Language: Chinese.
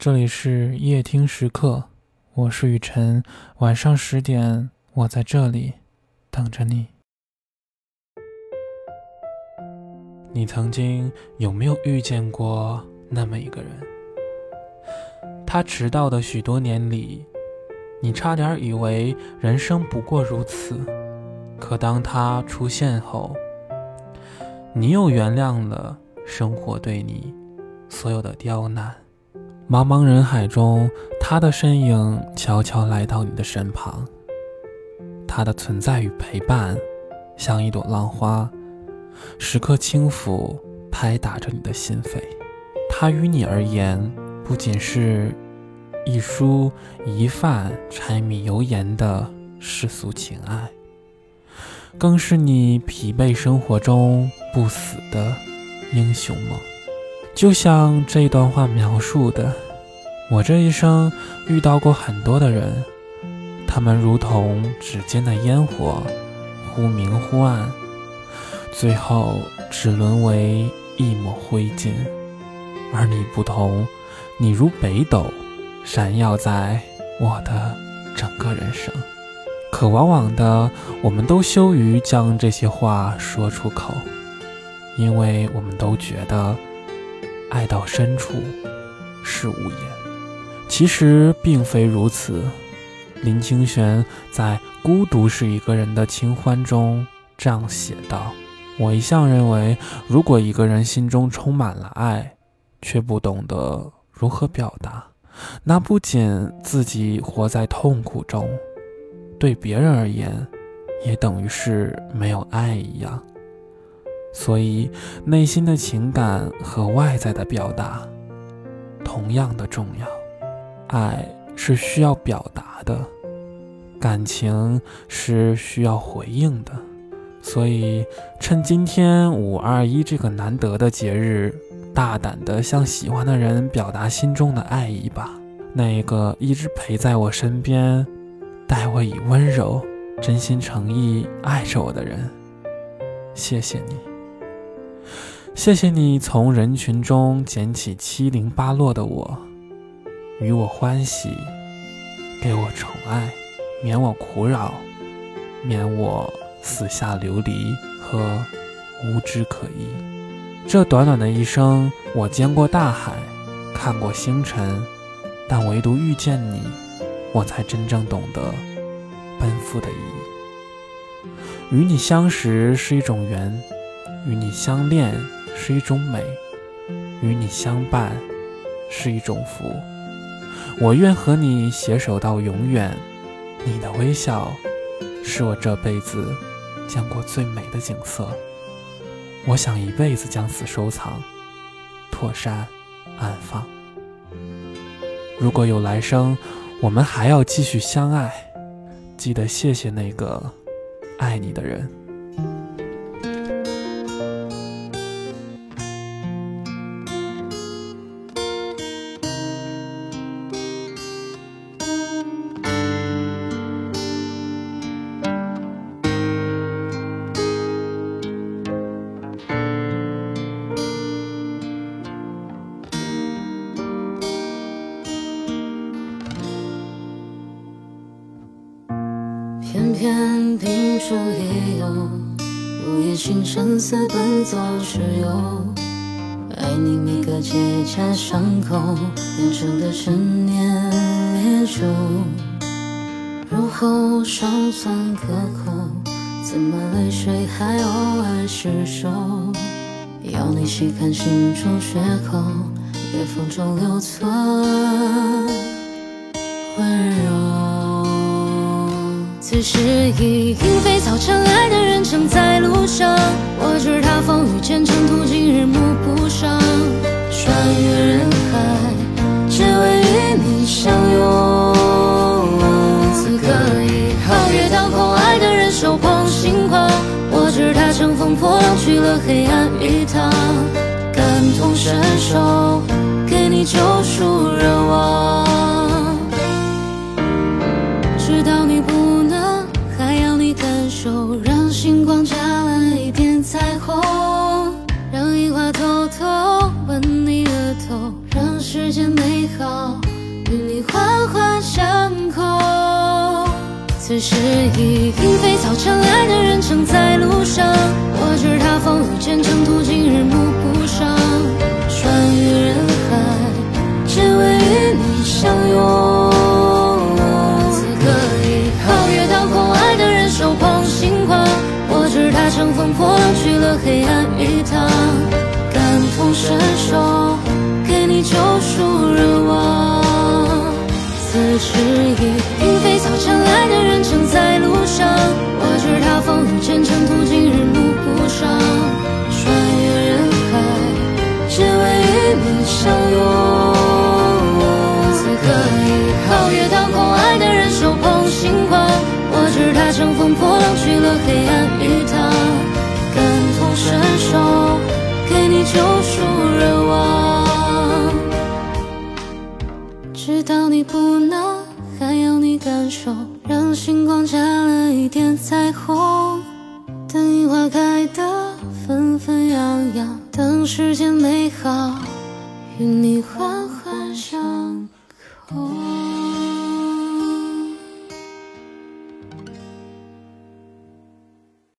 这里是夜听时刻，我是雨晨，晚上10点，我在这里等着你。你曾经有没有遇见过那么一个人？他迟到的许多年里，你差点以为人生不过如此，可当他出现后，你又原谅了生活对你所有的刁难。茫茫人海中，他的身影悄悄来到你的身旁，他的存在与陪伴像一朵浪花，时刻轻抚拍打着你的心扉。他于你而言，不仅是一蔬一饭柴米油盐的世俗情爱，更是你疲惫生活中不死的英雄梦。就像这段话描述的，我这一生遇到过很多的人，他们如同指尖的烟火，忽明忽暗，最后只沦为一抹灰烬。而你不同，你如北斗，闪耀在我的整个人生。可往往的，我们都羞于将这些话说出口，因为我们都觉得爱到深处是无言。其实并非如此，林清玄在《孤独是一个人的清欢》中这样写道：我一向认为，如果一个人心中充满了爱，却不懂得如何表达，那不仅自己活在痛苦中，对别人而言也等于是没有爱一样。所以内心的情感和外在的表达同样的重要。爱是需要表达的，感情是需要回应的。所以趁今天521这个难得的节日，大胆地向喜欢的人表达心中的爱意吧。那个一直陪在我身边，待我以温柔真心诚意爱着我的人，谢谢你。谢谢你从人群中捡起七零八落的我，与我欢喜，给我宠爱，免我苦扰，免我四下流离和无枝可依。这短短的一生，我见过大海，看过星辰，但唯独遇见你，我才真正懂得奔赴的意义。与你相识是一种缘，与你相恋是一种美，与你相伴是一种福。我愿和你携手到永远，你的微笑是我这辈子见过最美的景色。我想一辈子将此收藏，妥善安放。如果有来生，我们还要继续相爱，记得谢谢那个爱你的人。 偏偏病处也有，午夜清晨似奔走之友。爱你每个结痂伤口，酿成的陈年烈酒，入喉尚算可口，怎么泪水还偶尔失手？要你细看心中缺口，裂缝中留存温柔。此时已莺飞草长，爱的人正在路上。我知他风雨兼程途，今日暮不赏。穿越人海，只为与你相拥。此刻已皓月当空，爱的人手捧星光。我知他乘风破浪，去了黑暗一趟。感同身受，给你救赎热望。知道你不能，还要你感受，让星光加了一点彩虹，让樱花偷偷吻你额头，让世间美好与你环环相扣。此时已莺飞草长，爱的人正在路上。我知他风雨兼程途，今日暮不赏。穿越人海，只为与你相拥。此刻已皓月当空，爱的人手捧星光。我知他乘风破浪，去了黑暗与他，感同身受，给你救赎热望。此时已莺飞草长，爱的人正在路上。我知他风雨兼程途，今日暮不赏。穿越人海，只为与你相拥。此刻已皓月当空，爱的人手捧星光。我知他乘风破浪，去了黑暗与他，感同身受，给你救赎热望。知道你不能，还要你感受，让星光加了一点彩虹。等樱花开得纷纷扬扬，等世间美好与你环环相扣。